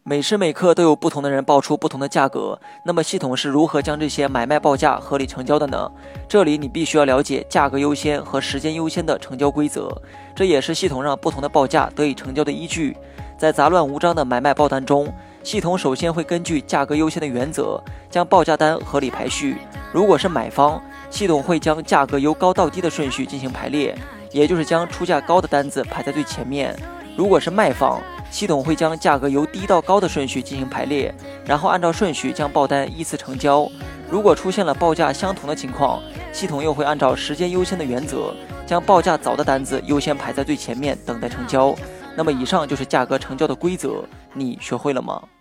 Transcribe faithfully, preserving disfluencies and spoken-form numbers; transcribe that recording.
每时每刻都有不同的人报出不同的价格，那么系统是如何将这些买卖报价合理成交的呢？这里你必须要了解价格优先和时间优先的成交规则，这也是系统让不同的报价得以成交的依据。在杂乱无章的买卖报单中，系统首先会根据价格优先的原则，将报价单合理排序。如果是买方，系统会将价格由高到低的顺序进行排列，也就是将出价高的单子排在最前面。如果是卖方，系统会将价格由低到高的顺序进行排列，然后按照顺序将报单依次成交。如果出现了报价相同的情况，系统又会按照时间优先的原则，将报价早的单子优先排在最前面，等待成交。那么以上就是价格成交的规则，你学会了吗？